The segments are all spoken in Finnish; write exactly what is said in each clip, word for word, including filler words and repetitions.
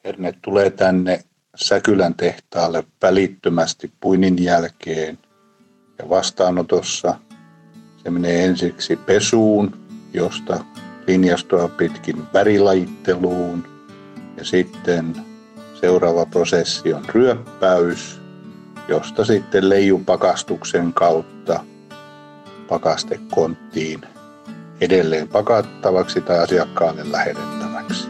Herne tulee tänne Säkylän tehtaalle välittömästi puinnin jälkeen ja vastaanotossa se menee ensiksi pesuun, josta linjastoa pitkin värilajitteluun ja sitten seuraava prosessi on ryöppäys, josta sitten leijupakastuksen kautta pakastekonttiin edelleen pakattavaksi tai asiakkaalle lähetettäväksi.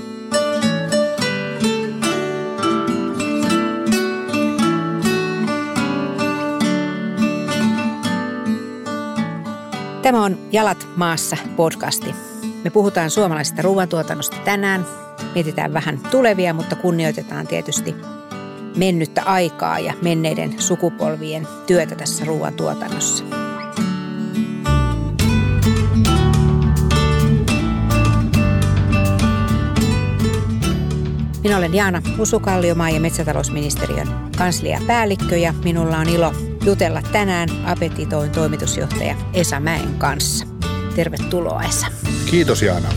Tämä on Jalat maassa podcasti. Me puhutaan suomalaisesta ruoantuotannosta tänään, mietitään vähän tulevia, mutta kunnioitetaan tietysti mennyttä aikaa ja menneiden sukupolvien työtä tässä ruoantuotannossa. Minä olen Jaana Usukallio, maa- ja metsätalousministeriön kansliapäällikkö ja minulla on ilo jutella tänään Appetitoin toimitusjohtaja Esa Mäen kanssa. Tervetuloa, Esa. Kiitos, Jaana.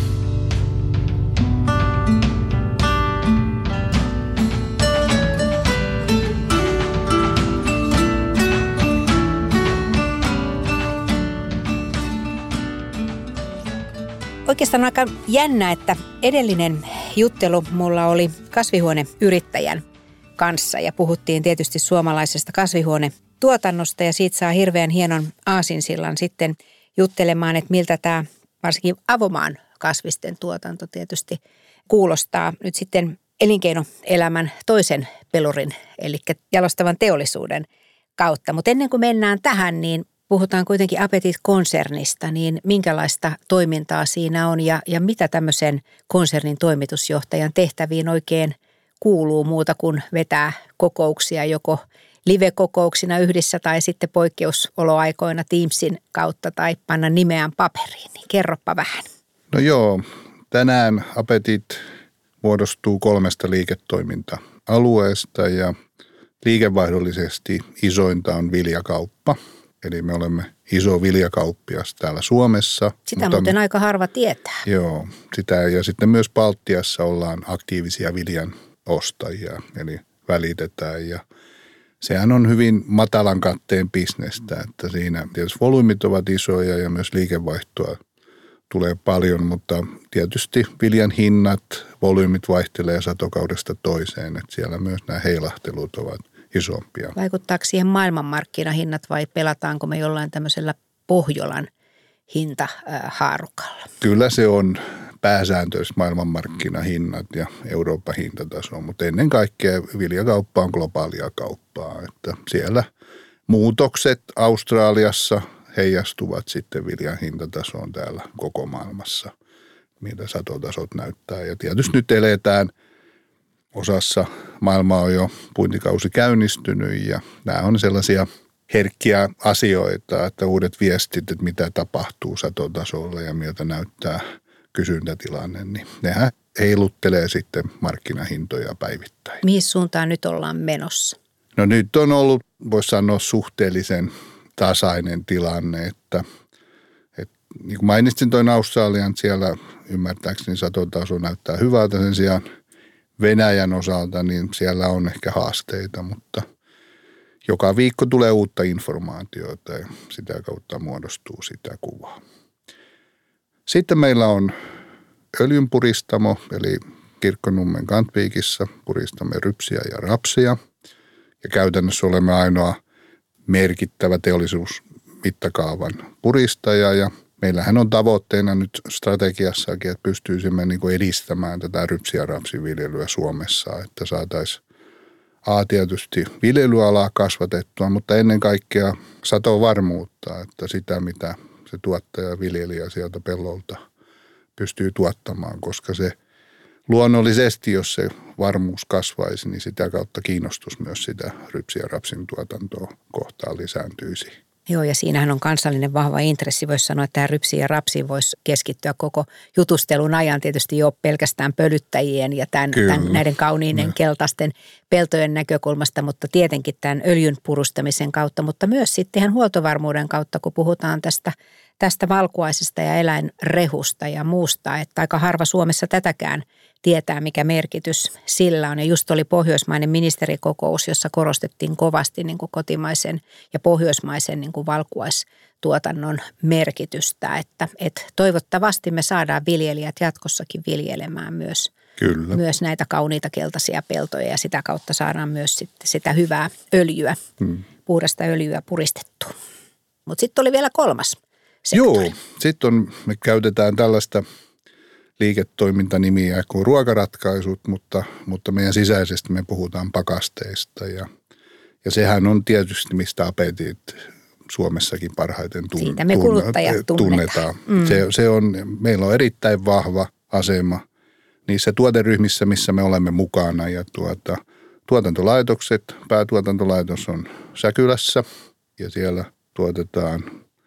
Oikeastaan on aika jännä, että edellinen juttelu mulla oli kasvihuoneyrittäjän kanssa ja puhuttiin tietysti suomalaisesta kasvihuonetuotannosta ja siitä saa hirveän hienon aasinsillan sitten juttelemaan, että miltä tämä varsinkin avomaan kasvisten tuotanto tietysti kuulostaa nyt sitten elinkeinoelämän toisen pelurin, eli jalostavan teollisuuden kautta. Mutta ennen kuin mennään tähän, niin puhutaan kuitenkin Appetit-konsernista, niin minkälaista toimintaa siinä on ja, ja mitä tämmöisen konsernin toimitusjohtajan tehtäviin oikein kuuluu muuta kuin vetää kokouksia joko live-kokouksina yhdessä tai sitten poikkeusoloaikoina Teamsin kautta tai panna nimeään paperiin. Niin kerropa vähän. No joo, tänään Appetit muodostuu kolmesta liiketoiminta-alueesta ja liikevaihdollisesti isointa on viljakauppa. Eli me olemme iso viljakauppias täällä Suomessa. Sitä muuten me, aika harva tietää. Joo, sitä ja sitten myös Baltiassa ollaan aktiivisia viljan ostajia, eli välitetään. Ja sehän on hyvin matalan katteen bisnestä, että siinä tietysti volyymit ovat isoja ja myös liikevaihtoa tulee paljon, mutta tietysti viljan hinnat, volyymit vaihtelee satokaudesta toiseen, että siellä myös nämä heilahtelut ovat isompia. Vaikuttaako siihen maailmanmarkkinahinnat vai pelataanko me jollain tämmöisellä Pohjolan hintahaarukalla? Kyllä se on pääsääntöisesti maailmanmarkkinahinnat ja Euroopan hintataso, mutta ennen kaikkea viljakauppa on globaalia kauppaa, että siellä muutokset Australiassa heijastuvat sitten viljan hintatasoon täällä koko maailmassa, mitä satotasot näyttää. Ja tietysti nyt eletään, osassa maailmaa on jo puintikausi käynnistynyt ja nämä on sellaisia herkkiä asioita, että uudet viestit, että mitä tapahtuu satotasolla ja miltä näyttää kysyntätilanne, niin nehän heiluttelee sitten markkinahintoja päivittäin. Mihin suuntaan nyt ollaan menossa? No nyt on ollut, voisi sanoa, suhteellisen tasainen tilanne, että, että niin kuin mainitsin tuon Australian, siellä ymmärtääkseni satotaso näyttää hyvältä, sen sijaan Venäjän osalta, niin siellä on ehkä haasteita, mutta joka viikko tulee uutta informaatiota ja sitä kautta muodostuu sitä kuvaa. Sitten meillä on öljynpuristamo, eli Kirkkonummen Kantviikissa puristamme rypsiä ja rapsia. Ja käytännössä olemme ainoa merkittävä teollisuusmittakaavan puristaja ja meillähän on tavoitteena nyt strategiassakin, että pystyisimme niin kuin edistämään tätä rypsi- ja rapsiviljelyä Suomessa, että saataisiin A tietysti viljelyalaa kasvatettua, mutta ennen kaikkea satovarmuutta, että sitä mitä se tuottaja viljelijä sieltä pellolta pystyy tuottamaan, koska se luonnollisesti, jos se varmuus kasvaisi, niin sitä kautta kiinnostus myös sitä rypsi- ja rapsin tuotantoa kohtaan lisääntyisi. Joo, ja siinähän on kansallinen vahva intressi. Voisi sanoa, että tähän rypsiin ja rapsiin voisi keskittyä koko jutustelun ajan tietysti jo pelkästään pölyttäjien ja tämän, tämän, näiden kauniiden no. keltaisten peltojen näkökulmasta, mutta tietenkin tämän öljyn purustamisen kautta, mutta myös sitten ihan huoltovarmuuden kautta, kun puhutaan tästä, tästä valkuaisesta ja eläinrehusta ja muusta, että aika harva Suomessa tätäkään tietää, mikä merkitys sillä on. Ja just oli pohjoismainen ministerikokous, jossa korostettiin kovasti niin kuin kotimaisen ja pohjoismaisen niin kuin valkuaistuotannon merkitystä, että, että toivottavasti me saadaan viljelijät jatkossakin viljelemään myös, Kyllä. myös näitä kauniita keltaisia peltoja ja sitä kautta saadaan myös sitten sitä hyvää öljyä, hmm. puhdasta öljyä puristettua. Mutta sitten oli vielä kolmas sektori. Joo, sitten on, me käytetään tällaista liiketoimintanimiä kuin ruokaratkaisut, mutta, mutta meidän sisäisesti me puhutaan pakasteista ja, ja sehän on tietysti, mistä apetit Suomessakin parhaiten tun, Siitä me kuluttajat tunnetaan. Mm. Se, se on, meillä on erittäin vahva asema niissä tuoteryhmissä, missä me olemme mukana ja tuota, tuotantolaitokset, päätuotantolaitos on Säkylässä ja siellä tuotetaan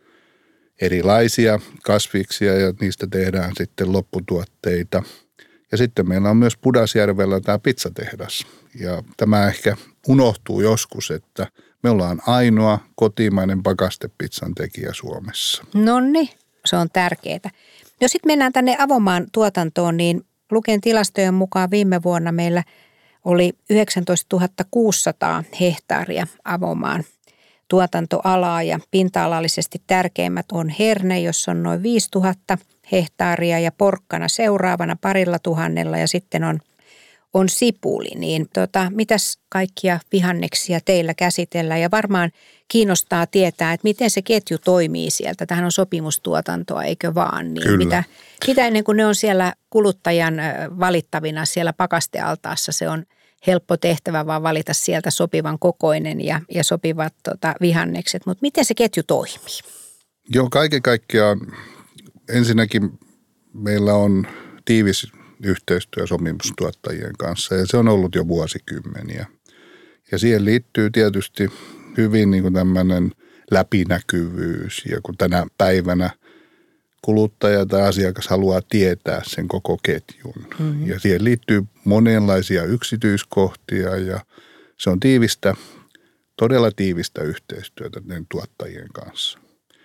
erilaisia kasviksia ja niistä tehdään sitten lopputuotteita. Ja sitten meillä on myös Pudasjärvellä tämä pizzatehdas. Ja tämä ehkä unohtuu joskus, että me ollaan ainoa kotimainen pakastepizzan tekijä Suomessa. Nonni, se on tärkeää. Jos sitten mennään tänne avomaan tuotantoon, niin Luken tilastojen mukaan viime vuonna meillä oli yhdeksäntoistatuhatta kuusisataa hehtaaria avomaan tuotantoalaa ja pinta-alallisesti tärkeimmät on herne, jossa on noin viisituhatta hehtaaria ja porkkana seuraavana parilla tuhannella ja sitten on, on sipuli. Niin tota, mitäs kaikkia vihanneksia teillä käsitellään ja varmaan kiinnostaa tietää, että miten se ketju toimii sieltä. Tämähän on sopimustuotantoa, eikö vaan? Niin mitä, mitä ennen kuin ne on siellä kuluttajan valittavina siellä pakastealtaassa, se on helppo tehtävä vaan valita sieltä sopivan kokoinen ja, ja sopivat tota, vihannekset. Mutta miten se ketju toimii? Joo, kaiken kaikkiaan ensinnäkin meillä on tiivis yhteistyö sopimustuottajien kanssa ja se on ollut jo vuosikymmeniä. Ja siihen liittyy tietysti hyvin niin kuin tämmöinen läpinäkyvyys ja kun tänä päivänä kuluttaja tai asiakas haluaa tietää sen koko ketjun. Mm-hmm. Ja siihen liittyy monenlaisia yksityiskohtia ja se on tiivistä, todella tiivistä yhteistyötä näiden tuottajien kanssa.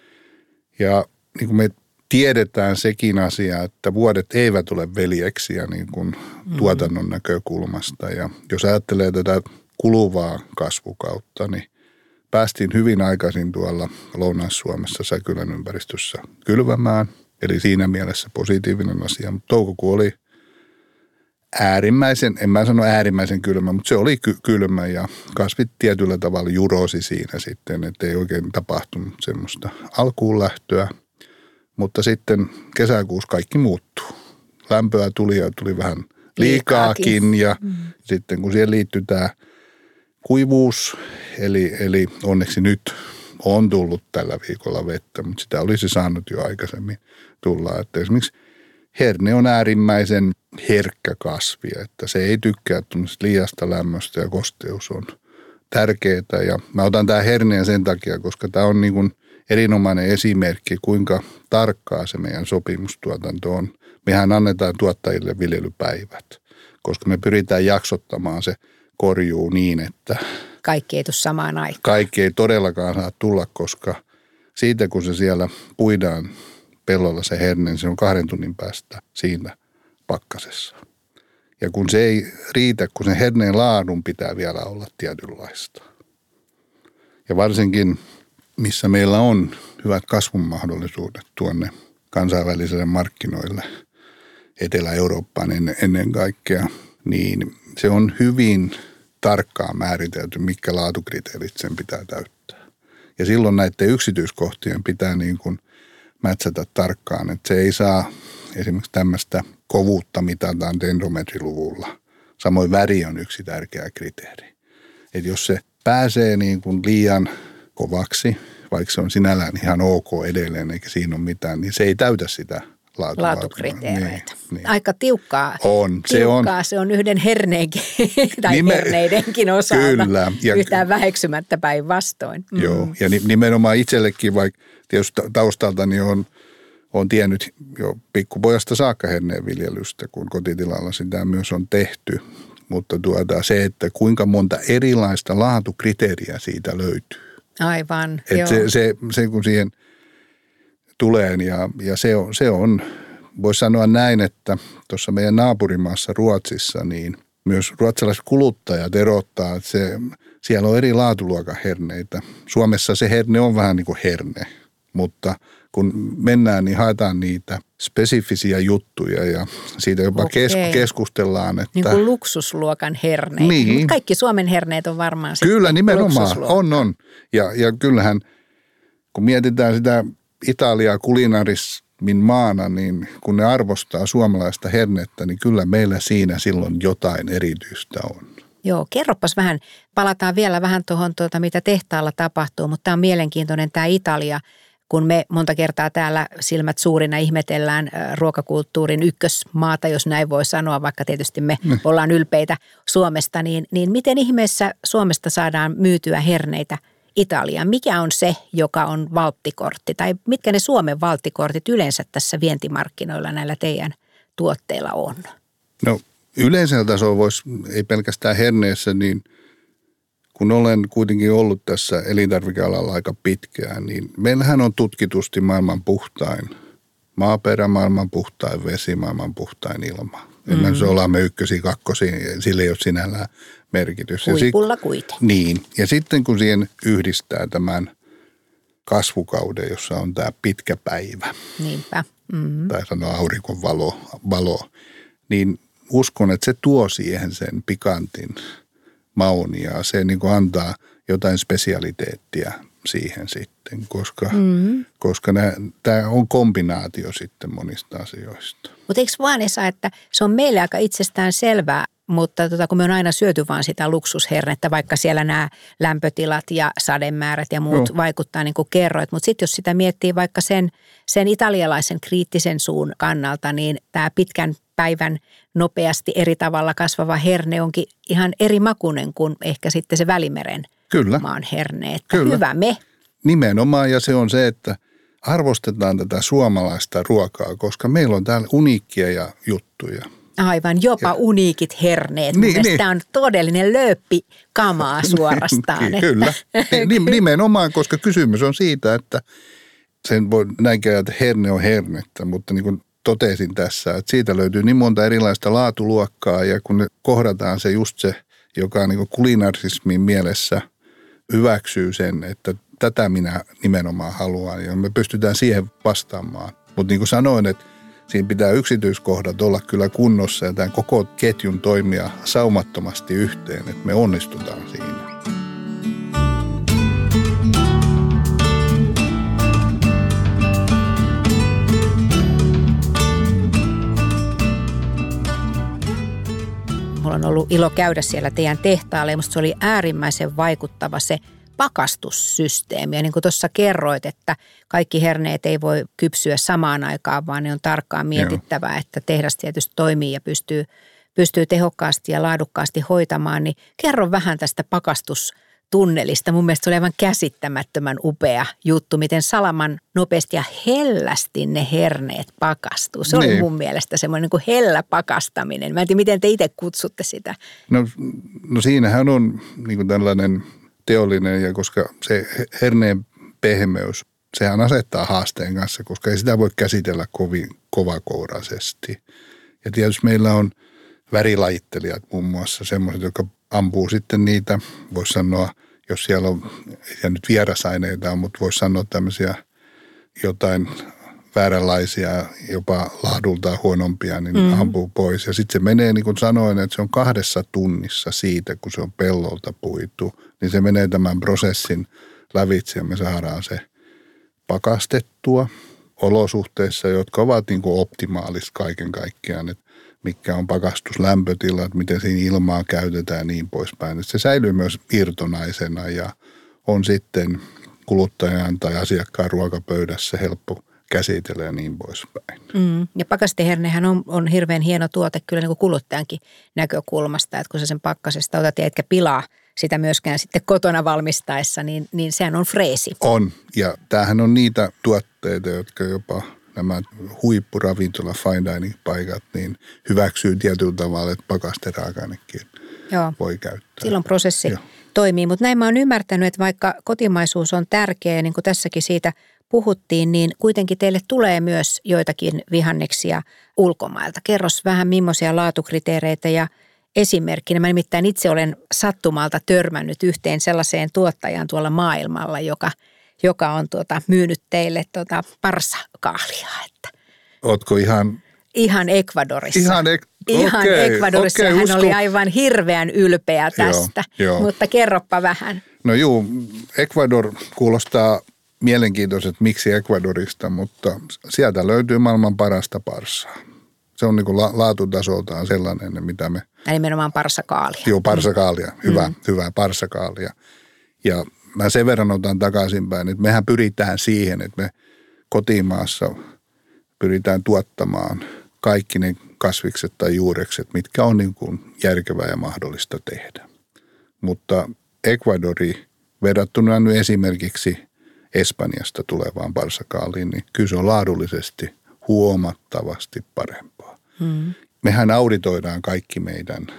Ja niin kuin me tiedetään sekin asia, että vuodet eivät ole veljeksiä niin kuin mm-hmm. tuotannon näkökulmasta. Ja jos ajattelee tätä kuluvaa kasvukautta, niin päästiin hyvin aikaisin tuolla Lounais-Suomessa Säkylän ympäristössä kylvämään, eli siinä mielessä positiivinen asia. Mutta toukokuu oli äärimmäisen, en mä sano äärimmäisen kylmä, mutta se oli ky- kylmä ja kasvit tietyllä tavalla jurosi siinä sitten, että ei oikein tapahtunut semmoista alkuun lähtöä. Mutta sitten kesäkuussa kaikki muuttuu. Lämpöä tuli ja tuli vähän liikaakin, liikaakin. ja mm. sitten kun siihen liittyy tämä kuivuus, eli, eli onneksi nyt on tullut tällä viikolla vettä, mutta sitä olisi saanut jo aikaisemmin tulla. Että esimerkiksi herne on äärimmäisen herkkä kasvi, että se ei tykkää liiasta lämmöstä ja kosteus on tärkeää. Ja mä otan tämän herneen sen takia, koska tämä on niin kuin erinomainen esimerkki, kuinka tarkkaa se meidän sopimustuotanto on. Mehän annetaan tuottajille viljelypäivät, koska me pyritään jaksottamaan se korjuu niin, että kaikki ei tule samaan aikaan. Kaikki ei todellakaan saa tulla, koska siitä kun se siellä puidaan pellolla se herne, niin se on kahden tunnin päästä siinä pakkasessa. Ja kun se ei riitä, kun sen herneen laadun pitää vielä olla tietynlaista. Ja varsinkin, missä meillä on hyvät kasvun mahdollisuudet tuonne kansainvälisille markkinoille, Etelä-Eurooppaan ennen kaikkea, niin se on hyvin tarkkaan määritelty, mitkä laatukriteerit sen pitää täyttää. Ja silloin näiden yksityiskohtien pitää niin kuin mätsätä tarkkaan, että se ei saa esimerkiksi tämmöistä kovuutta mitataan dendrometriluvulla. Samoin väri on yksi tärkeä kriteeri. Että jos se pääsee niin kuin liian kovaksi, vaikka se on sinällään ihan ok edelleen eikä siinä ole mitään, niin se ei täytä sitä laatu, laatukriteereitä. Niin, niin. Aika tiukkaa. On. Se tiukkaa, on. Se on yhden herneenkin tai Nime, herneidenkin osalta. Kyllä. Ja, yhtään väheksymättä päinvastoin. Mm. Joo, ja nimenomaan itsellekin, vaikka tietysti taustaltani on, on tiennyt jo pikkupojasta saakka herneenviljelystä, kun kotitilalla sitä myös on tehty. Mutta tuota, se, että kuinka monta erilaista laatukriteeriä siitä löytyy. Aivan, että se, se, se, kun siihen tulee ja, ja se, on, se on voisi sanoa näin, että tuossa meidän naapurimaassa Ruotsissa, niin myös ruotsalaiset kuluttajat erottaa, että se, siellä on eri laatuluokan herneitä. Suomessa se herne on vähän niin kuin herne, mutta kun mennään, niin haetaan niitä spesifisiä juttuja ja siitä jopa Okei. keskustellaan. Että niin kuin luksusluokan herneitä. Niin. Mutta kaikki Suomen herneet on varmaan Kyllä, nimenomaan. luksusluokkaa. On, on. Ja, ja kyllähän, kun mietitään sitä Italiaa kulinarismin maana, niin kun ne arvostaa suomalaista hernettä, niin kyllä meillä siinä silloin jotain erityistä on. Joo, kerropas vähän, palataan vielä vähän tuohon, tuota, mitä tehtaalla tapahtuu, mutta tämä on mielenkiintoinen tämä Italia, kun me monta kertaa täällä silmät suurina ihmetellään ruokakulttuurin ykkösmaata, jos näin voi sanoa, vaikka tietysti me mm. ollaan ylpeitä Suomesta, niin, niin miten ihmeessä Suomesta saadaan myytyä herneitä Italiaan? Mikä on se, joka on valttikortti, tai mitkä ne Suomen valttikortit yleensä tässä vientimarkkinoilla näillä teidän tuotteilla on? No yleisellä tasolla voisi, ei pelkästään herneessä, niin kun olen kuitenkin ollut tässä elintarvikealalla aika pitkään, niin meillähän on tutkitusti maailman puhtain maaperä, maailman puhtain vesi, maailman puhtain ilma. Mm-hmm. En mä ollaan me ykkösiä, kakkosia, sillä ei ole sinällään merkitys. Huipulla sit, kuitenkin. Niin, ja sitten kun siihen yhdistää tämän kasvukauden, jossa on tämä pitkä päivä. Niinpä. Mm-hmm. Tai sanoa auringon valo, valo, niin uskon, että se tuo siihen sen pikantin maun ja se niin kuin antaa jotain spesialiteettia siihen sitten, koska, mm-hmm. koska tämä on kombinaatio sitten monista asioista. Mutta eikö vaan Esa, että se on meille aika itsestään selvää, mutta tota, kun me on aina syöty vaan sitä luksushernettä, vaikka siellä nämä lämpötilat ja sademäärät ja muut no. vaikuttaa niin kuin kerroit. Mutta sitten jos sitä miettii vaikka sen, sen italialaisen kriittisen suun kannalta, niin tämä pitkän päivän nopeasti eri tavalla kasvava herne onkin ihan eri makuinen kuin ehkä sitten se Välimeren Kyllä. maan herne. Että Kyllä. hyvä me. Nimenomaan, ja se on se, että arvostetaan tätä suomalaista ruokaa, koska meillä on täällä uniikkia ja juttuja. Aivan, jopa ja. uniikit herneet. Niin, Mun niin. Tämä on todellinen lööppikamaa suorastaan. Että. Kyllä, nimenomaan, koska kysymys on siitä, että sen voi näinkään, että herne on hernettä, mutta niin kuin totesin tässä, että siitä löytyy niin monta erilaista laatuluokkaa ja kun ne kohdataan se just se, joka niin kuin kulinarismin mielessä hyväksyy sen, että tätä minä nimenomaan haluan ja me pystytään siihen vastaamaan. Mutta niin kuin sanoin, että siinä pitää yksityiskohdat olla kyllä kunnossa ja tämän koko ketjun toimia saumattomasti yhteen, että me onnistutaan siinä. Mulla on ollut ilo käydä siellä teidän tehtaalle ja musta se oli äärimmäisen vaikuttava se pakastussysteemi. Ja niin kuin tuossa kerroit, että kaikki herneet ei voi kypsyä samaan aikaan, vaan ne on tarkkaan mietittävää, Joo. että tehdas tietysti toimii ja pystyy, pystyy tehokkaasti ja laadukkaasti hoitamaan. Niin kerro vähän tästä pakastustunnelista. Mun mielestä se oli aivan käsittämättömän upea juttu, miten salaman nopeasti ja hellästi ne herneet pakastuu. Se oli niin. mun mielestä semmoinen niin kuin hellä pakastaminen. Mä en tiedä, miten te itse kutsutte sitä. No, no siinähän on niin kuin tällainen teollinen, ja koska se herneen pehmeys, sehän asettaa haasteen kanssa, koska ei sitä voi käsitellä kovin kovakouraisesti. Ja tietysti meillä on värilajittelijat muun muassa, semmoiset, jotka ampuu sitten niitä, voisi sanoa, jos siellä on, ja nyt vierasaineita on, mutta voisi sanoa tämmöisiä jotain vääränlaisia, jopa laadultaan huonompia, niin mm. ampuu pois. Ja sitten se menee, niin kuin sanoin, että se on kahdessa tunnissa siitä, kun se on pellolta puitu, niin se menee tämän prosessin lävitse ja me saadaan se pakastettua olosuhteissa, jotka ovat niin kuin optimaalista kaiken kaikkiaan, että mikä on pakastuslämpötilat, miten siinä ilmaa käytetään ja niin poispäin. Että se säilyy myös irtonaisena ja on sitten kuluttajan tai asiakkaan ruokapöydässä helppo käsitellä ja niin poispäin. Mm. Ja pakastehernehän on, on hirveän hieno tuote kyllä niin kuin kuluttajankin näkökulmasta, että kun sä sen pakkasesta otat ja etkä pilaa sitä myöskään sitten kotona valmistaessa, niin, niin sehän on freesi. On, ja tämähän on niitä tuotteita, jotka jopa nämä huippuravintola fine dining paikat niin hyväksyy tietyllä tavalla, että pakasteraaka-ainekin voi käyttää. Silloin prosessi Joo. toimii, mutta näin mä oon ymmärtänyt, että vaikka kotimaisuus on tärkeä, niin kuin tässäkin siitä puhuttiin, niin kuitenkin teille tulee myös joitakin vihanneksia ulkomailta. Kerros vähän millaisia laatukriteereitä ja esimerkkinä. Mä nimittäin itse olen sattumalta törmännyt yhteen sellaiseen tuottajaan tuolla maailmalla, joka, joka on tuota, myynyt teille tuota parsakaalia. Että Ootko ihan... Ihan Ecuadorissa. Ihan, ek- Ihan okei, Ecuadorissa. okei, Hän usko... oli aivan hirveän ylpeä tästä, joo, joo. mutta kerroppa vähän. No juu, Ecuador kuulostaa mielenkiintoiset, miksi Ecuadorista, mutta sieltä löytyy maailman parasta parsaa. Se on niin kuin la- laatutasoltaan sellainen, mitä me... Ja nimenomaan parsakaalia. Joo, parsakaalia. Hyvä, mm. hyvä parsakaalia. Ja mä sen verran otan takaisinpäin, että mehän pyritään siihen, että me kotimaassa pyritään tuottamaan kaikki ne kasvikset tai juurekset, mitkä on niin kuin järkevää ja mahdollista tehdä. Mutta Ecuadori verrattuna nyt esimerkiksi Espanjasta tulevaan parsakaaliin, niin kyllä se on laadullisesti huomattavasti parempaa. Mm. Mehän auditoidaan kaikki meidän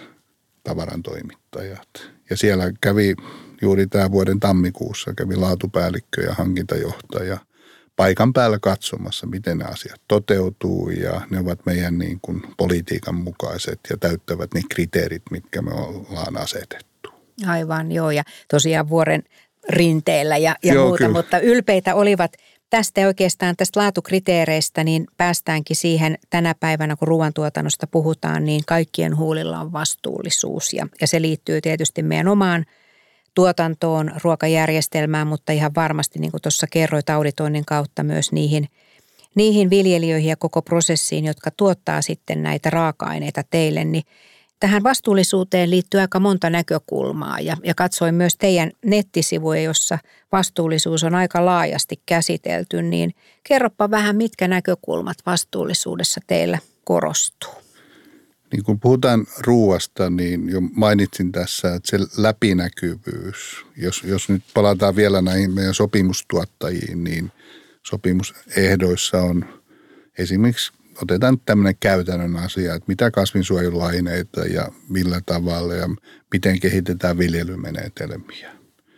tavarantoimittajat. Ja siellä kävi juuri tämän vuoden tammikuussa, kävi laatupäällikkö ja hankintajohtaja paikan päällä katsomassa, miten ne asiat toteutuu ja ne ovat meidän niin kuin politiikan mukaiset ja täyttävät ne kriteerit, mitkä me ollaan asetettu. Aivan, joo, ja tosiaan vuoren rinteellä ja, ja joo, muuta, kyllä. Mutta ylpeitä olivat tästä oikeastaan tästä laatukriteereistä, niin päästäänkin siihen tänä päivänä, kun ruoantuotannosta puhutaan, niin kaikkien huulilla on vastuullisuus ja, ja se liittyy tietysti meidän omaan tuotantoon, ruokajärjestelmään, mutta ihan varmasti, niin kuin tuossa kerroit auditoinnin kautta myös niihin, niihin viljelijöihin ja koko prosessiin, jotka tuottaa sitten näitä raaka-aineita teille, niin tähän vastuullisuuteen liittyy aika monta näkökulmaa ja, ja katsoin myös teidän nettisivuja, jossa vastuullisuus on aika laajasti käsitelty, niin kerropa vähän, mitkä näkökulmat vastuullisuudessa teillä korostuu. Niin kun puhutaan ruuasta, niin jo mainitsin tässä, että se läpinäkyvyys, jos, jos nyt palataan vielä näihin meidän sopimustuottajiin, niin sopimusehdoissa on esimerkiksi, otetaan nyt tämmöinen käytännön asia, että mitä kasvinsuojeluaineita ja millä tavalla ja miten kehitetään viljelymenetelmiä.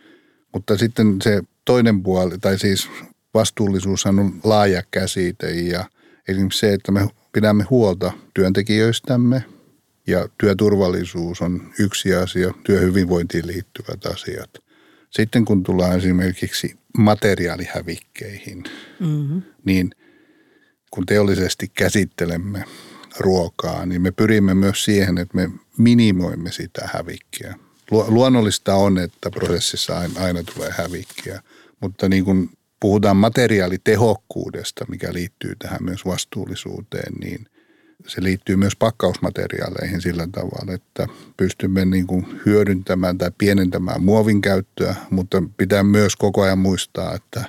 Mutta sitten se toinen puoli, tai siis vastuullisuushan on laaja käsite ja esimerkiksi se, että me pidämme huolta työntekijöistämme ja työturvallisuus on yksi asia, työhyvinvointiin liittyvät asiat. Sitten kun tullaan esimerkiksi materiaalihävikkeihin, mm-hmm. niin kun teollisesti käsittelemme ruokaa, niin me pyrimme myös siihen, että me minimoimme sitä hävikkiä. Luonnollista on, että prosessissa aina tulee hävikkiä, mutta niin kun puhutaan materiaalitehokkuudesta, mikä liittyy tähän myös vastuullisuuteen, niin se liittyy myös pakkausmateriaaleihin sillä tavalla, että pystymme niin kuin hyödyntämään tai pienentämään muovin käyttöä, mutta pitää myös koko ajan muistaa, että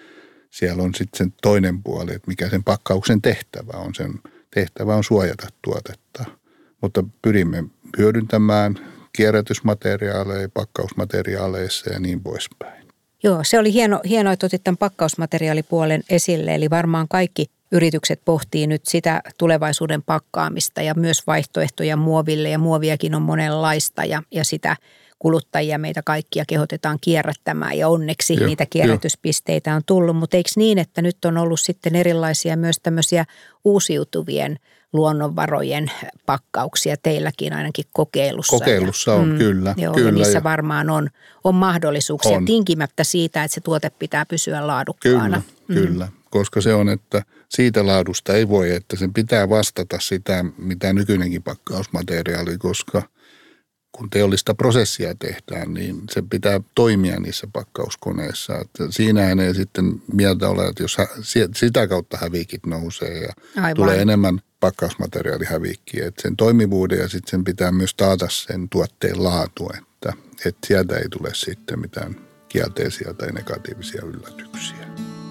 siellä on sitten sen toinen puoli, että mikä sen pakkauksen tehtävä on. Sen tehtävä on suojata tuotetta, mutta pyrimme hyödyntämään kierrätysmateriaaleja, pakkausmateriaaleissa ja niin poispäin. Joo, se oli hieno, hieno, että otit tämän pakkausmateriaalipuolen esille, eli varmaan kaikki yritykset pohtii nyt sitä tulevaisuuden pakkaamista ja myös vaihtoehtoja muoville ja muoviakin on monenlaista ja, ja sitä kuluttajia meitä kaikkia kehotetaan kierrättämään ja onneksi jo, niitä kierrätyspisteitä jo. on tullut, mutta eikö niin, että nyt on ollut sitten erilaisia myös tämmöisiä uusiutuvien luonnonvarojen pakkauksia teilläkin ainakin kokeilussa. Kokeilussa on, ja, kyllä. Joo, kyllä ja niissä ja varmaan on, on mahdollisuuksia on. tinkimättä siitä, että se tuote pitää pysyä laadukkaana. Kyllä, mm. kyllä, koska se on, että siitä laadusta ei voi, että sen pitää vastata sitä, mitä nykyinenkin pakkausmateriaali, koska kun teollista prosessia tehdään, niin se pitää toimia niissä pakkauskoneissa. Että siinähän ei sitten mieltä ole, että jos sitä kautta hävikit nousee ja Aivan. tulee enemmän pakkausmateriaalihävikkiä. Että sen toimivuuden ja sitten sen pitää myös taata sen tuotteen laatu, että, että sieltä ei tule sitten mitään kielteisiä tai negatiivisia yllätyksiä.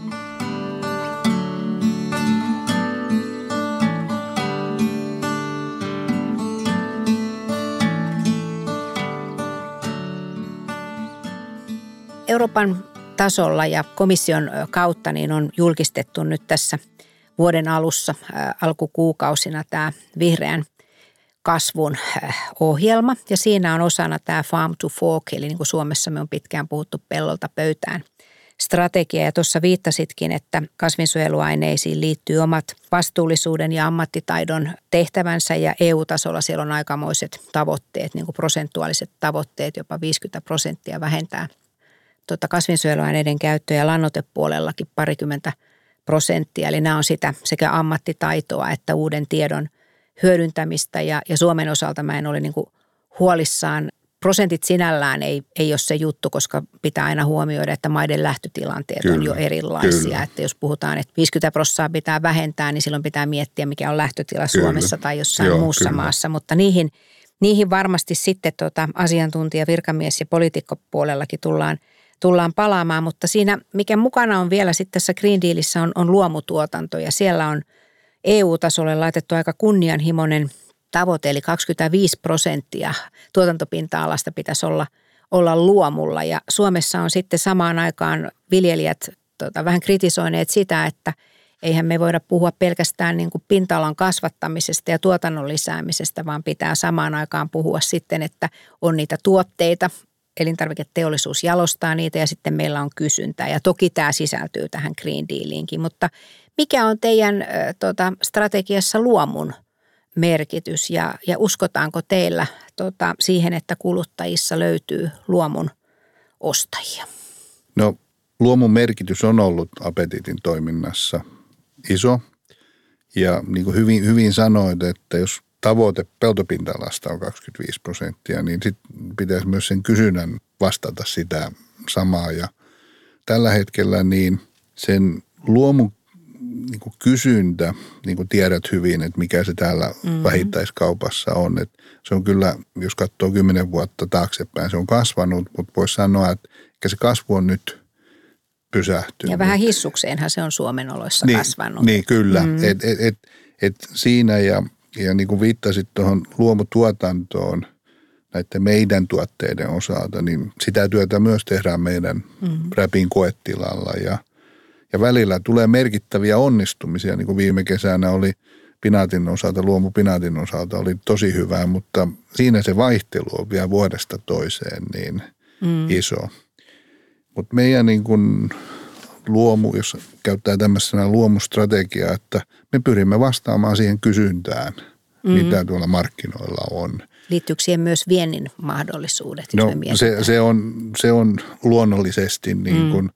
Euroopan tasolla ja komission kautta niin on julkistettu nyt tässä vuoden alussa äh, alkukuukausina tämä vihreän kasvun äh, ohjelma. Ja siinä on osana tämä Farm to Fork, eli niin kuin Suomessa me on pitkään puhuttu pellolta pöytään strategia. Ja tuossa viittasitkin, että kasvinsuojeluaineisiin liittyy omat vastuullisuuden ja ammattitaidon tehtävänsä ja E U-tasolla siellä on aikamoiset tavoitteet, niin kuin prosentuaaliset tavoitteet, jopa viisikymmentä prosenttia vähentää tuota kasvinsuojeluaineiden käyttöä ja lannoitepuolellakin parikymmentä prosenttia. Eli nämä on sitä sekä ammattitaitoa että uuden tiedon hyödyntämistä ja, ja Suomen osalta mä en ole niin kuin huolissaan. Prosentit sinällään ei, ei ole se juttu, koska pitää aina huomioida, että maiden lähtötilanteet kyllä, on jo erilaisia. Kyllä. Että jos puhutaan, että viisikymmentä prosenttia pitää vähentää, niin silloin pitää miettiä, mikä on lähtötila kyllä. Suomessa tai jossain Joo, muussa kyllä. maassa. Mutta niihin, niihin varmasti sitten tuota asiantuntija, virkamies ja poliitikkopuolellakin tullaan, tullaan palaamaan. Mutta siinä, mikä mukana on vielä sitten tässä Green Dealissa on, on luomutuotanto ja siellä on E U-tasolle laitettu aika kunnianhimoinen tavoite, eli kaksikymmentäviisi prosenttia tuotantopinta-alasta pitäisi olla, olla luomulla. Ja Suomessa on sitten samaan aikaan viljelijät tota, vähän kritisoineet sitä, että eihän me voida puhua pelkästään niin kuin pinta-alan kasvattamisesta ja tuotannon lisäämisestä, vaan pitää samaan aikaan puhua sitten, että on niitä tuotteita, elintarviketeollisuus jalostaa niitä ja sitten meillä on kysyntää. Ja toki tämä sisältyy tähän Green Dealiinkin, mutta mikä on teidän äh, tota, strategiassa luomun merkitys ja, ja uskotaanko teillä tota, siihen, että kuluttajissa löytyy luomun ostajia? No luomun merkitys on ollut Apetitin toiminnassa iso ja niin kuin hyvin, hyvin sanoit, että jos tavoite peltopinta-alasta on kaksikymmentäviisi prosenttia, niin sitten pitäisi myös sen kysynnän vastata sitä samaa ja tällä hetkellä niin sen luomun niin kuin kysyntä, niin kuin tiedät hyvin, että mikä se täällä mm-hmm. vähittäiskaupassa on. Että se on kyllä, jos katsoo kymmenen vuotta taaksepäin, se on kasvanut, mutta voisi sanoa, että se kasvu on nyt pysähtynyt. Ja vähän hissukseenhan se on Suomen oloissa niin, kasvanut. Niin, kyllä. Mm-hmm. Et, et, et, et siinä ja, ja niin kuin viittasit tuohon luomutuotantoon näiden meidän tuotteiden osalta, niin sitä työtä myös tehdään meidän mm-hmm. Räpin koetilalla ja Ja välillä tulee merkittäviä onnistumisia, niin kuin viime kesänä oli pinaatin osalta, luomupinaatin osalta oli tosi hyvää, mutta siinä se vaihtelu on vielä vuodesta toiseen niin mm. iso. Mutta meidän niin kuin luomu, jos käyttää tämmöisenä luomustrategiaa, että me pyrimme vastaamaan siihen kysyntään, mm. mitä tuolla markkinoilla on. Liittyykö siihen myös viennin mahdollisuudet? No se, se, on, se on luonnollisesti niin kuin mm.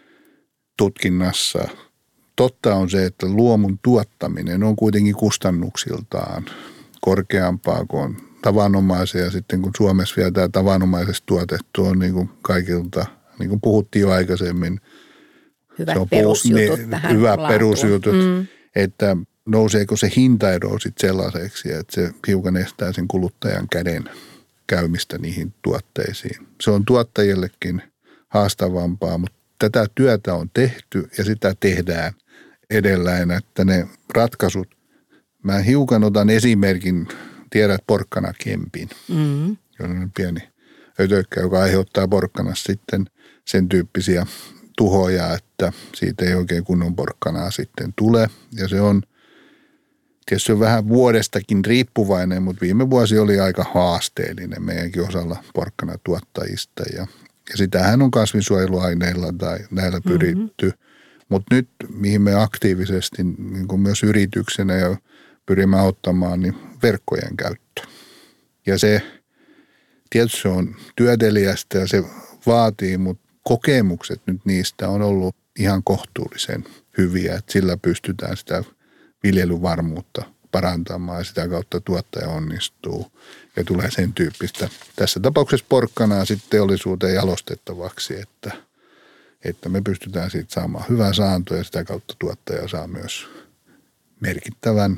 tutkinnassa. Totta on se, että luomun tuottaminen on kuitenkin kustannuksiltaan korkeampaa kuin on tavanomaisia. Ja sitten kun Suomessa vielä tämä tavanomaisesti tuotettu on niin kuin kaikilta, niin kuin puhuttiin jo aikaisemmin. Hyvät perusjutut niin, tähän Hyvät laatuun. perusjutut, mm. että nouseeko se hintaero sitten sellaiseksi, että se hiukan estää sen kuluttajan käden käymistä niihin tuotteisiin. Se on tuottajillekin haastavampaa, mutta tätä työtä on tehty ja sitä tehdään edelleen, että ne ratkaisut, mä hiukan otan esimerkin, tiedät porkkanakempin, mm-hmm. on pieni ötökkä, joka aiheuttaa porkkanassa sitten sen tyyppisiä tuhoja, että siitä ei oikein kunnon porkkanaa sitten tule ja se on tietysti on vähän vuodestakin riippuvainen, mutta viime vuosi oli aika haasteellinen meidänkin osalla porkkanatuottajista ja Ja sitähän on kasvinsuojeluaineilla tai näillä pyritty. Mm-hmm. Mutta nyt, mihin me aktiivisesti niin kuin myös yrityksenä ja pyrimme auttamaan, niin verkkojen käyttö. Ja se tietysti se on työteliästä ja se vaatii, mutta kokemukset nyt niistä on ollut ihan kohtuullisen hyviä. Että sillä pystytään sitä viljelyvarmuutta parantamaan ja sitä kautta tuottaja onnistuu. Ja tulee sen tyyppistä, tässä tapauksessa porkkanaa sitten teollisuuteen jalostettavaksi, että, että me pystytään siitä saamaan hyvää saantoa ja sitä kautta tuottaja saa myös merkittävän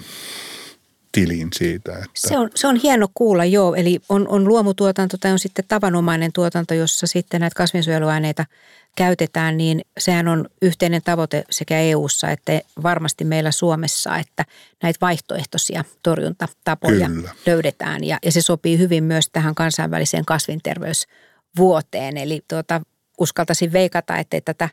tilin siitä. Että se, on, se on hieno kuulla, joo. Eli on, on luomutuotanto tai on sitten tavanomainen tuotanto, jossa sitten näitä kasvinsuojeluaineita käytetään, niin sehän on yhteinen tavoite sekä E U:ssa että varmasti meillä Suomessa, että näitä vaihtoehtoisia torjuntatapoja Kyllä. löydetään. Ja, ja se sopii hyvin myös tähän kansainväliseen kasvinterveysvuoteen. Eli tuota, uskaltaisin veikata, ettei tätä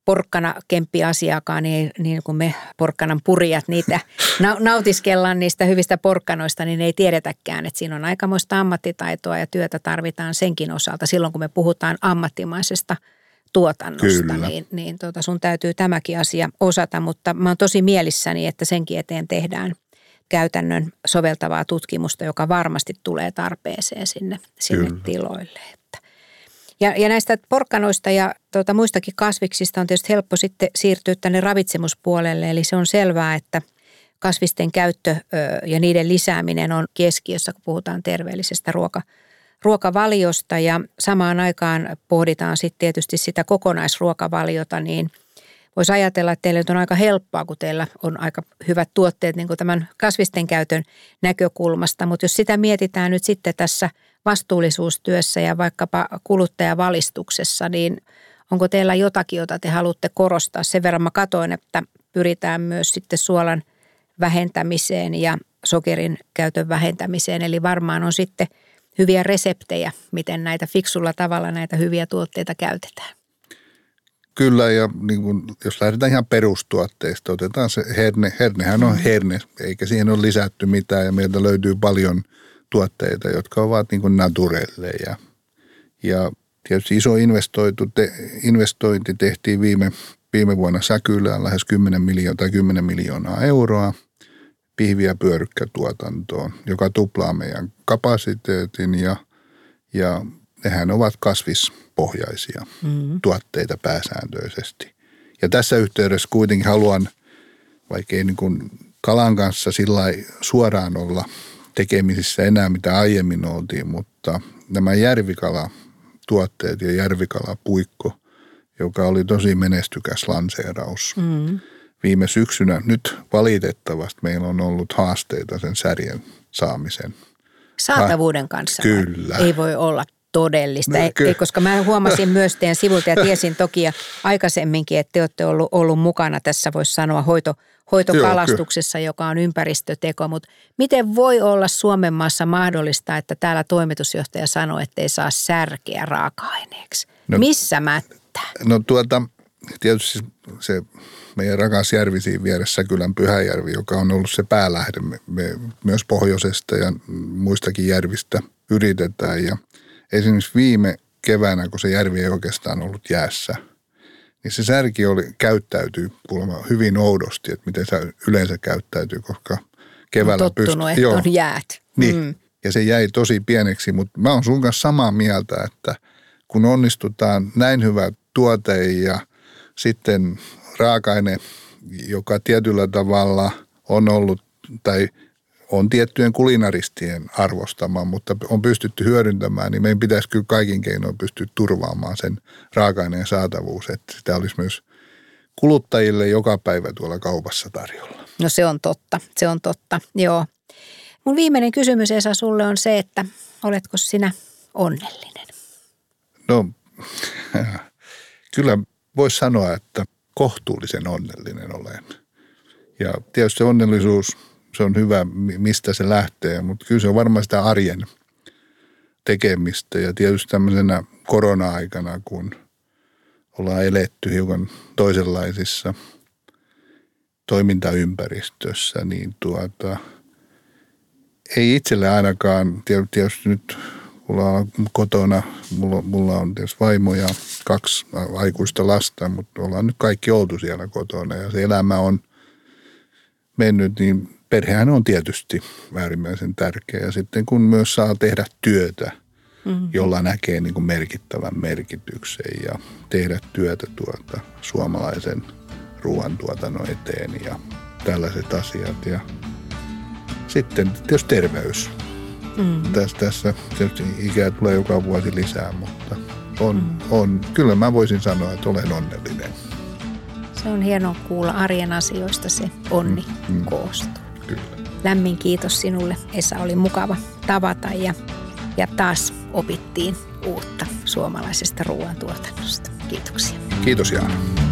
porkkanakemppi-asiaakaan, niin, niin kun me porkkanan purijat niitä nautiskellaan niistä hyvistä porkkanoista, niin ei tiedetäkään, että siinä on aikamoista ammattitaitoa ja työtä tarvitaan senkin osalta silloin, kun me puhutaan ammattimaisesta tuotannosta, niin, niin tota sun täytyy tämäkin asia osata, mutta mä oon tosi mielissäni, että senkin eteen tehdään käytännön soveltavaa tutkimusta, joka varmasti tulee tarpeeseen sinne, sinne tiloille. Että. Ja, ja näistä porkkanoista ja tuota, muistakin kasviksista on tietysti helppo sitten siirtyä tänne ravitsemuspuolelle, eli se on selvää, että kasvisten käyttö ja niiden lisääminen on keskiössä, kun puhutaan terveellisestä ruoka, ruokavaliosta ja samaan aikaan pohditaan sitten tietysti sitä kokonaisruokavaliota, niin voisi ajatella, että teillä nyt on aika helppoa, kun teillä on aika hyvät tuotteet niin kuin tämän kasvisten käytön näkökulmasta, mutta jos sitä mietitään nyt sitten tässä vastuullisuustyössä ja vaikkapa kuluttajavalistuksessa, niin onko teillä jotakin, jota te haluatte korostaa? Sen verran mä katoin, että pyritään myös sitten suolan vähentämiseen ja sokerin käytön vähentämiseen, eli varmaan on sitten hyviä reseptejä, miten näitä fiksulla tavalla näitä hyviä tuotteita käytetään. Kyllä, ja niin kun, jos lähdetään ihan perustuotteista, otetaan se herne. Hernehän on herne, eikä siihen ole lisätty mitään, ja meiltä löytyy paljon tuotteita, jotka ovat niin kuin naturelleja. Ja tietysti iso investointi, te, investointi tehtiin viime, viime vuonna Säkylään lähes kymmenen miljoonaa tai kymmenen miljoonaa euroa pihvi- ja pyörykkätuotantoon, joka tuplaa meidän kapasiteetin ja, ja nehän ovat kasvispohjaisia mm-hmm. tuotteita pääsääntöisesti. Ja tässä yhteydessä kuitenkin haluan, vaikka ei niin kuin kalan kanssa sillä suoraan olla tekemisissä enää mitä aiemmin oltiin, mutta nämä järvikalatuotteet ja järvikalapuikko, joka oli tosi menestykäs lanseeraus. Mm-hmm. Viime syksynä nyt valitettavasti meillä on ollut haasteita sen särjen saamisen. Saatavuuden kanssa? Kyllä. Ei voi olla todellista, no, ei, koska mä huomasin myös teidän sivulta ja tiesin toki ja aikaisemminkin, että te olette ollut, ollut mukana tässä, voisi sanoa, hoito, hoitokalastuksessa, Joo, joka on ympäristöteko. Mutta miten voi olla Suomen maassa mahdollista, että täällä toimitusjohtaja sanoo, että ei saa särkeä raaka-aineeksi? No, missä mättää? No tuota, tietysti se meidän rakas järvi siinä vieressä, Säkylän Pyhäjärvi, joka on ollut se päälähde. Me, me myös pohjoisesta ja muistakin järvistä yritetään. Ja esimerkiksi viime keväänä, kun se järvi ei oikeastaan ollut jäässä, niin se särki oli, käyttäytyy kuulemma hyvin oudosti, että miten se yleensä käyttäytyy, koska keväällä on tottunut, pystyy. Että joo, on jäät. Niin, mm. ja se jäi tosi pieneksi, mutta mä oon sun kanssa samaa mieltä, että kun onnistutaan näin hyvä tuote ja sitten raaka-aine, joka tietyllä tavalla on ollut tai on tiettyjen kulinaristien arvostama, mutta on pystytty hyödyntämään, niin meidän pitäisi kyllä kaikin keinoin pystyä turvaamaan sen raaka-aineen saatavuus, että sitä olisi myös kuluttajille joka päivä tuolla kaupassa tarjolla. No se on totta, se on totta, joo. Mun viimeinen kysymys, Esa, sulle on se, että oletko sinä onnellinen? No kyllä voisi sanoa, että kohtuullisen onnellinen olen. Ja tietysti onnellisuus, se on hyvä, mistä se lähtee, mutta kyllä se on varmaan sitä arjen tekemistä. Ja tietysti tämmöisenä korona-aikana, kun ollaan eletty hiukan toisenlaisissa toimintaympäristössä, niin tuota, ei itselle ainakaan, tietysti nyt mulla on kotona, mulla, mulla on tietysti vaimo ja kaksi aikuista lasta, mutta ollaan nyt kaikki oltu siellä kotona ja se elämä on mennyt, niin perhehän on tietysti äärimmäisen tärkeä. Ja sitten kun myös saa tehdä työtä, mm-hmm. jolla näkee niin kuin merkittävän merkityksen ja tehdä työtä tuota suomalaisen ruoantuotannon eteen ja tällaiset asiat. Ja sitten tietysti terveys. Mm. Tässä, tässä tietysti ikää tulee joka vuosi lisää, mutta on, mm. on, kyllä mä voisin sanoa, että olen onnellinen. Se on hienoa kuulla arjen asioista, se onni mm. koostuu. Kyllä. Lämmin kiitos sinulle, Esa, oli mukava tavata ja, ja taas opittiin uutta suomalaisesta ruoantuotannosta. Kiitoksia. Kiitos, Jaana.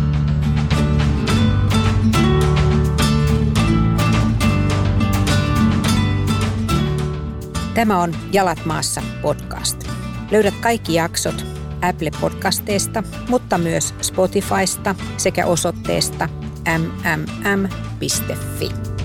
Tämä on Jalat maassa podcast. Löydät kaikki jaksot Apple-podcasteista, mutta myös Spotifysta sekä osoitteesta m m m piste f i.